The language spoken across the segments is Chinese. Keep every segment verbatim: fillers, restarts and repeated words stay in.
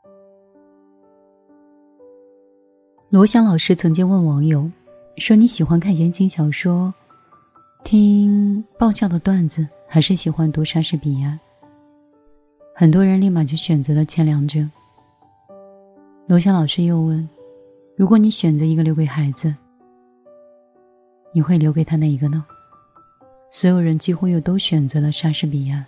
罗翔老师曾经问网友说，你喜欢看言情小说，听爆笑的段子，还是喜欢读莎士比亚？很多人立马就选择了前两者。罗翔老师又问，如果你选择一个留给孩子，你会留给他哪一个呢？所有人几乎又都选择了莎士比亚。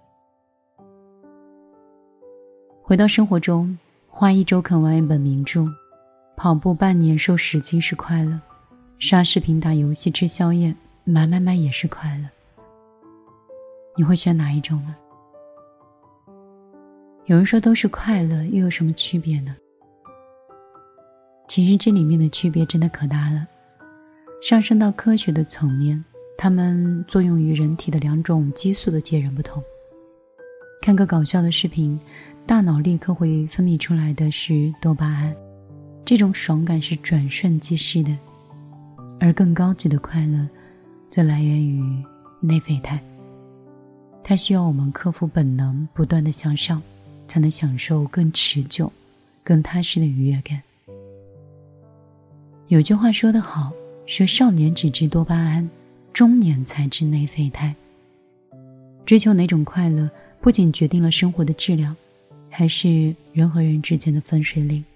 回到生活中，花一周啃完一本名著，跑步半年瘦十斤是快乐，刷视频打游戏吃宵夜买买买也是快乐。你会选哪一种呢？有人说都是快乐，又有什么区别呢？其实这里面的区别真的可大了。上升到科学的层面，它们作用于人体的两种激素的截然不同。看个搞笑的视频，大脑立刻会分泌出来的是多巴胺，这种爽感是转瞬即逝的。而更高级的快乐则来源于内啡肽，它需要我们克服本能，不断地向上，才能享受更持久更踏实的愉悦感。有句话说得好，说少年只知多巴胺，中年才知内啡肽。追求哪种快乐，不仅决定了生活的质量，还是人和人之间的分水岭。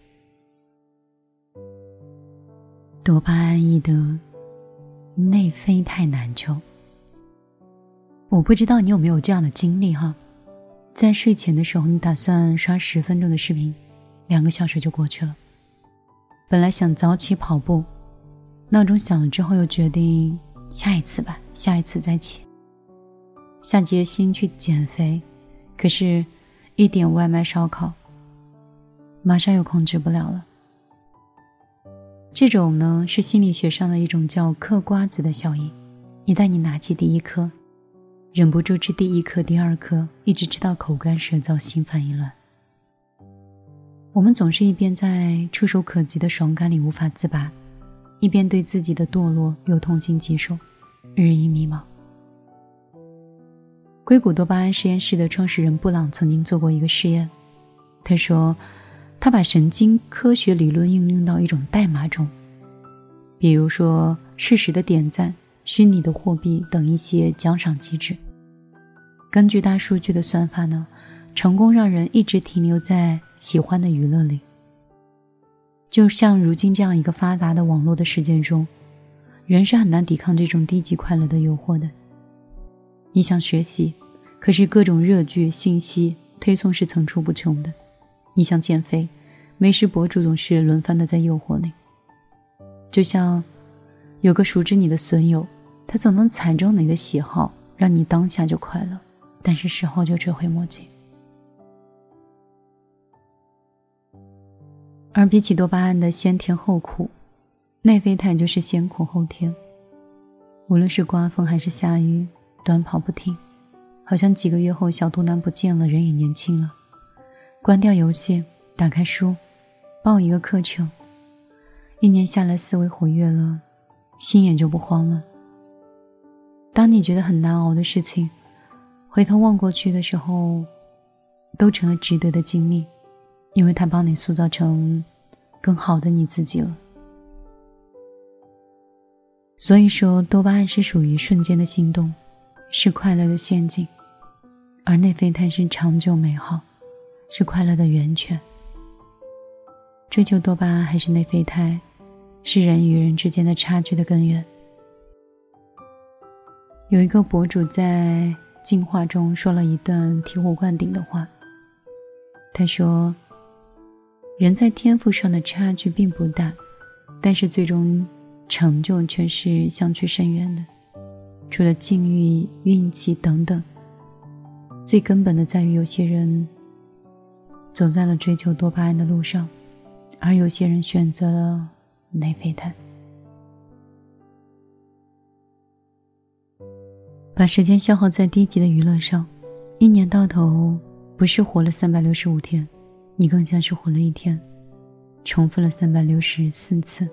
多巴胺易得，内啡肽难求。我不知道你有没有这样的经历哈，在睡前的时候，你打算刷十分钟的视频，两个小时就过去了。本来想早起跑步，闹钟响了之后又决定下一次吧，下一次再起。下决心去减肥，可是一点外卖烧烤，马上又控制不了了。这种呢，是心理学上的一种叫嗑瓜子的效应。一旦你拿起第一颗，忍不住吃第一颗第二颗，一直吃到口干舌燥心烦意乱。我们总是一边在触手可及的爽感里无法自拔，一边对自己的堕落又痛心疾首，日益迷茫。硅谷多巴胺实验室的创始人布朗曾经做过一个实验，他说他把神经科学理论应用到一种代码中，比如说适时的点赞、虚拟的货币等一些奖赏机制。根据大数据的算法呢，成功让人一直停留在喜欢的娱乐里。就像如今这样一个发达的网络的世界中，人是很难抵抗这种低级快乐的诱惑的。你想学习，可是各种热剧信息推送是层出不穷的。你想减肥，美食博主总是轮番的在诱惑你。就像有个熟知你的损友，他总能踩中你的喜好，让你当下就快乐，但是事后就追悔莫及。而比起多巴胺的先甜后苦，内啡肽就是先苦后甜。无论是刮风还是下雨，短跑不停，好像几个月后小肚腩不见了，人也年轻了。关掉游戏，打开书，报一个课程，一年下来思维活跃了，心也就不慌了。当你觉得很难熬的事情，回头望过去的时候，都成了值得的经历，因为它帮你塑造成更好的你自己了。所以说，多巴胺是属于瞬间的心动，是快乐的陷阱，而内啡肽是长久美好，是快乐的源泉。追求多巴胺还是内啡肽，是人与人之间的差距的根源。有一个博主在进化中说了一段醍醐灌顶的话，他说，人在天赋上的差距并不大，但是最终成就却是相去甚远的。除了境遇、运气等等，最根本的在于有些人走在了追求多巴胺的路上，而有些人选择了内啡肽。把时间消耗在低级的娱乐上，一年到头不是活了三百六十五天，你更像是活了一天，重复了三百六十四次。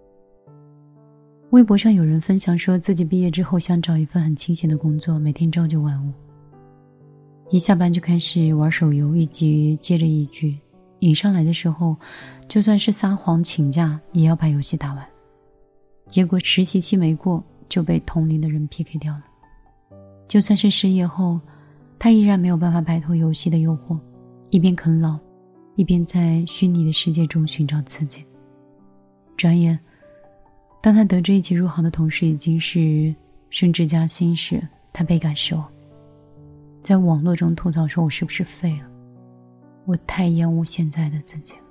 微博上有人分享说，自己毕业之后想找一份很清闲的工作，每天朝九晚五，一下班就开始玩手游，一局接着一局， 瘾上来的时候，就算是撒谎请假也要把游戏打完，结果实习期没过就被同龄的人 P K 掉了。就算是失业后，他依然没有办法摆脱游戏的诱惑，一边啃老，一边在虚拟的世界中寻找刺激。转眼当他得知一起入行的同事已经是升职加薪时，他倍感失望，在网络中吐槽说，我是不是废了，我太厌恶现在的自己了。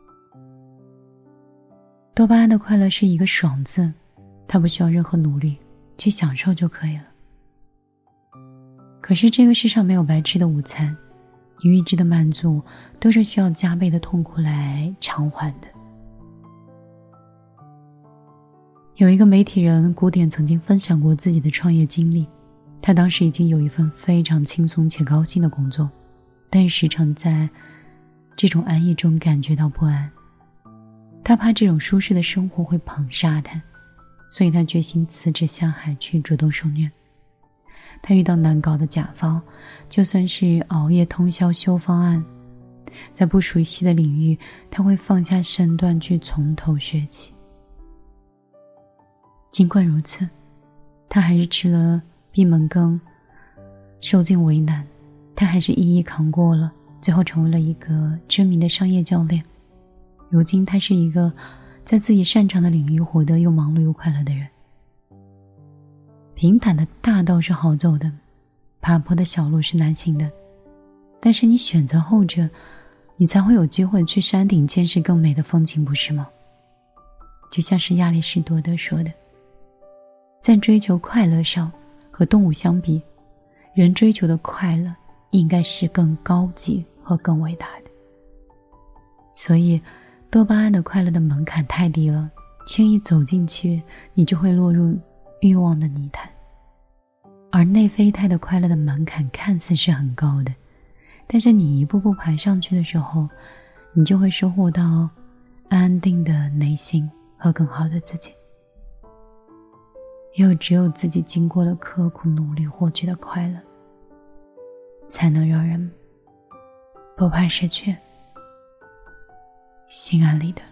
多巴胺的快乐是一个爽字，它不需要任何努力去享受就可以了。可是这个世上没有白吃的午餐，你预知的满足都是需要加倍的痛苦来偿还的。有一个媒体人古典曾经分享过自己的创业经历，他当时已经有一份非常轻松且高兴的工作，但时常在这种安逸中感觉到不安。他怕这种舒适的生活会捧杀他，所以他决心辞职下海去主动受虐。他遇到难搞的甲方，就算是熬夜通宵修方案，在不熟悉的领域，他会放下身段去从头学起。尽管如此，他还是吃了闭门羹，受尽为难，他还是一一扛过了，最后成为了一个知名的商业教练。如今他是一个在自己擅长的领域活得又忙碌又快乐的人。平坦的大道是好走的，爬坡的小路是难行的，但是你选择后者，你才会有机会去山顶见识更美的风景，不是吗？就像是亚里士多德说的，在追求快乐上，和动物相比，人追求的快乐应该是更高级和更伟大的。所以多巴胺的快乐的门槛太低了，轻易走进去，你就会落入欲望的泥潭。而内啡肽的快乐的门槛看似是很高的，但是你一步步爬上去的时候，你就会收获到安定的内心和更好的自己。也有只有自己经过了刻苦努力获取的快乐，才能让人不怕失去，心安理得。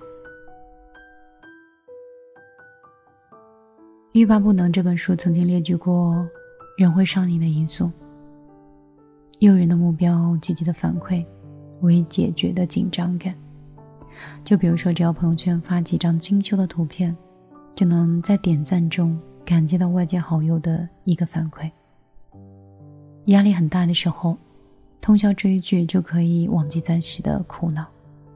欲罢不能这本书曾经列举过人会上瘾的因素：诱人的目标、积极的反馈、未解决的紧张感。就比如说，只要朋友圈发几张精修的图片，就能在点赞中感激到外界好友的一个反馈。压力很大的时候，通宵追剧就可以忘记暂时的苦恼。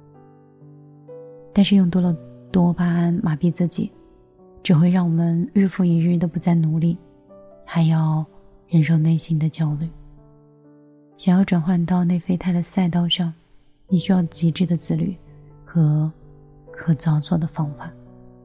但是用多了多巴胺麻痹自己，只会让我们日复一日的不再努力，还要忍受内心的焦虑。想要转换到内啡肽的赛道上，你需要极致的自律和可操作的方法。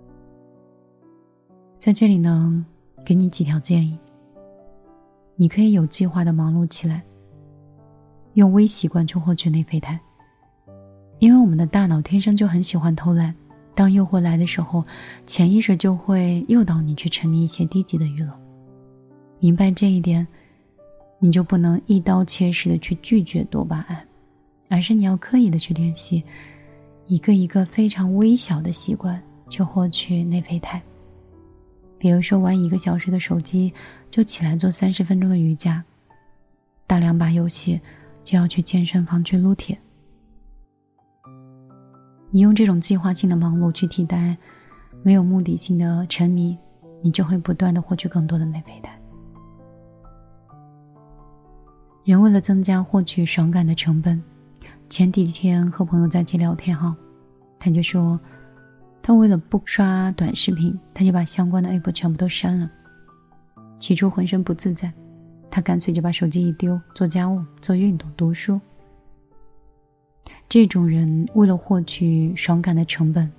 在这里呢，给你几条建议。你可以有计划的忙碌起来，用微习惯去获取内啡肽。因为我们的大脑天生就很喜欢偷懒，当诱惑来的时候，潜意识就会诱导你去沉迷一些低级的娱乐。明白这一点，你就不能一刀切式的去拒绝多巴胺，而是你要刻意的去练习一个一个非常微小的习惯去获取内啡肽。比如说玩一个小时的手机，就起来做三十分钟的瑜伽；打两把游戏，就要去健身房去撸铁。你用这种计划性的忙碌去替代没有目的性的沉迷，你就会不断的获取更多的内啡肽。人为了增加获取爽感的成本，前几天和朋友在一起聊天哈，他就说他为了不刷短视频，他就把相关的 app 全部都删了。起初浑身不自在，他干脆就把手机一丢，做家务、做运动、读书。这种人为了获取爽感的成本，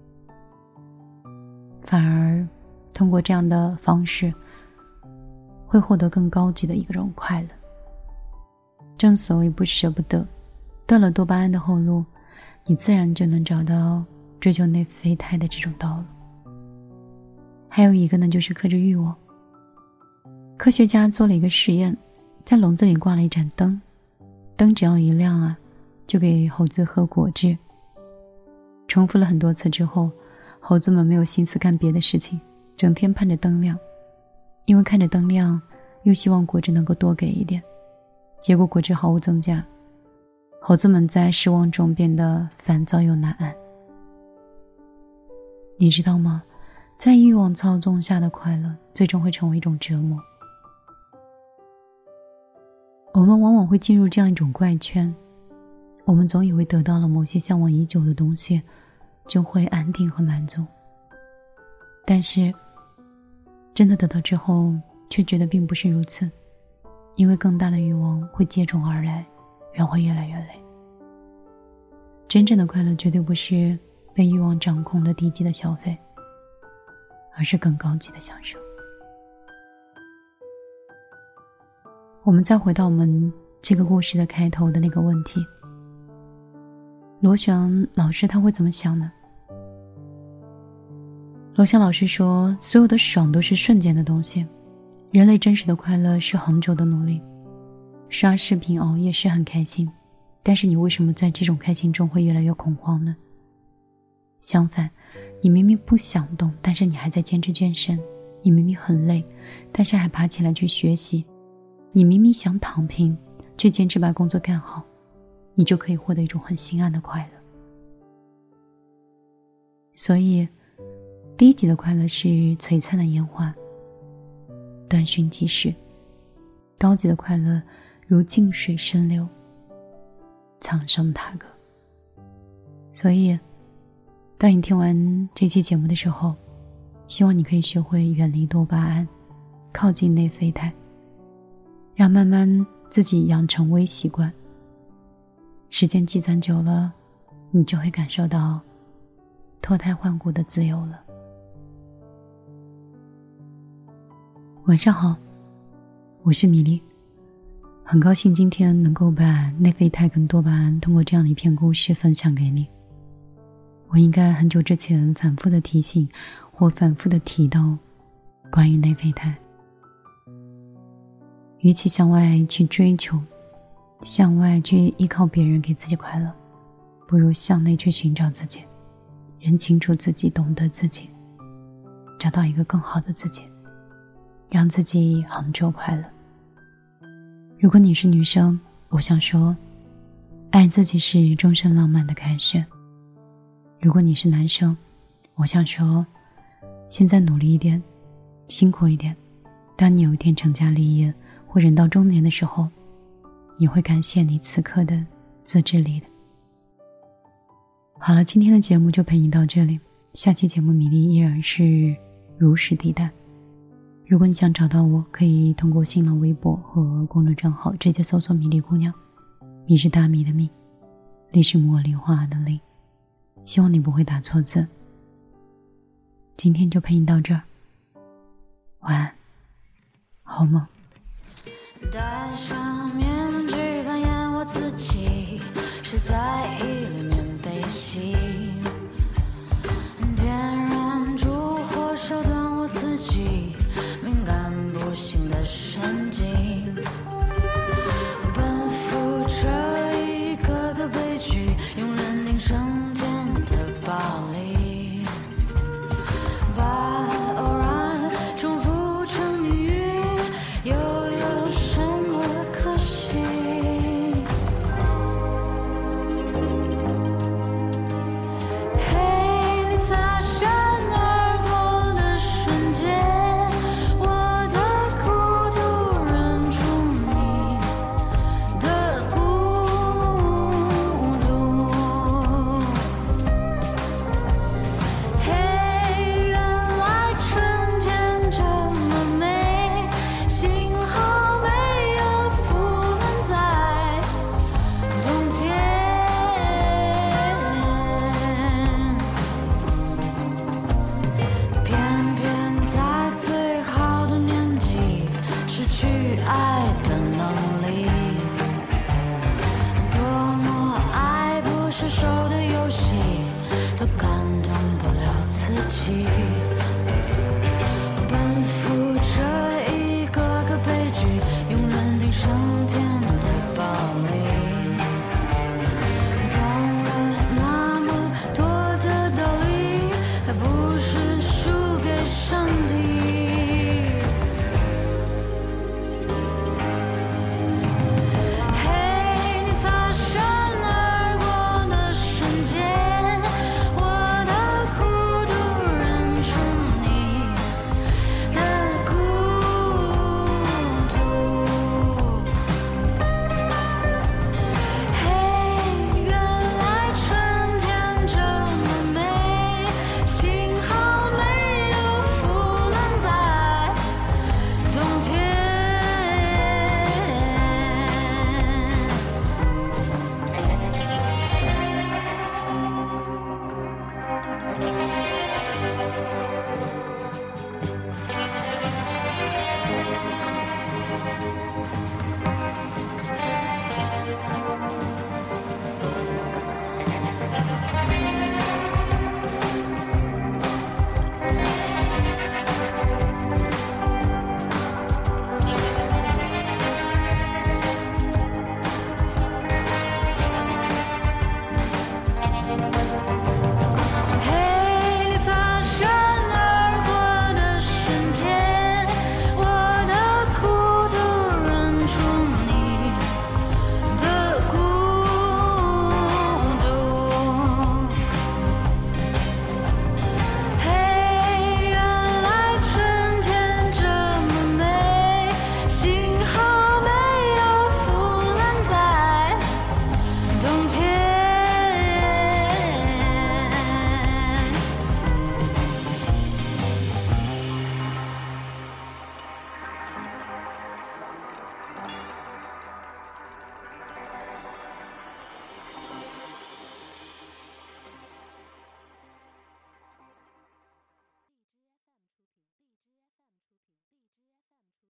反而通过这样的方式会获得更高级的一种快乐。正所谓不舍不得，断了多巴胺的后路，你自然就能找到追求内啡肽的这种道路。还有一个呢，就是克制欲望。科学家做了一个实验，在笼子里挂了一盏灯，灯只要一亮啊， 就给猴子喝果汁。重复了很多次之后，猴子们没有心思干别的事情，整天盼着灯亮，因为看着灯亮又希望果汁能够多给一点，结果果汁毫无增加，猴子们在失望中变得烦躁又难安。你知道吗？在欲望操纵下的快乐最终会成为一种折磨。我们往往会进入这样一种怪圈，我们总以为得到了某些向往已久的东西就会安定和满足，但是真的得到之后却觉得并不是如此，因为更大的欲望会接踵而来，人会越来越累。真正的快乐绝对不是被欲望掌控的低级的消费，而是更高级的享受。我们再回到我们这个故事的开头的那个问题，罗翔老师他会怎么想呢？罗翔老师说，所有的爽都是瞬间的东西，人类真实的快乐是恒久的努力。刷视频熬夜是很开心，但是你为什么在这种开心中会越来越恐慌呢？相反，你明明不想动，但是你还在坚持健身；你明明很累，但是还爬起来去学习；你明明想躺平，却坚持把工作干好，你就可以获得一种很心安的快乐。所以低级的快乐是璀璨的烟花，短讯即逝；高级的快乐如静水深流，苍生踏歌。所以当你听完这期节目的时候，希望你可以学会远离多巴胺，靠近内啡肽，让慢慢自己养成微习惯。时间积攒久了，你就会感受到脱胎换骨的自由了。晚上好，我是米粒，很高兴今天能够把内啡肽跟多巴胺通过这样的一篇故事分享给你。我应该很久之前反复的提醒或反复的提到关于内啡肽。与其向外去追求，向外去依靠别人给自己快乐，不如向内去寻找自己，认清楚自己，懂得自己，找到一个更好的自己，让自己恒久快乐。如果你是女生，我想说，爱自己是终身浪漫的开始。如果你是男生，我想说，现在努力一点，辛苦一点，当你有一天成家立业或人到中年的时候，你会感谢你此刻的自制力的。好了，今天的节目就陪你到这里，下期节目米粒依然是如实地带。如果你想找到我，可以通过新浪微博和公众账号直接搜索米粒姑娘，米是大米的米，粒是茉莉花的粒，希望你不会打错字。今天就陪你到这儿，晚安，好梦。 戴上面具扮演我自己，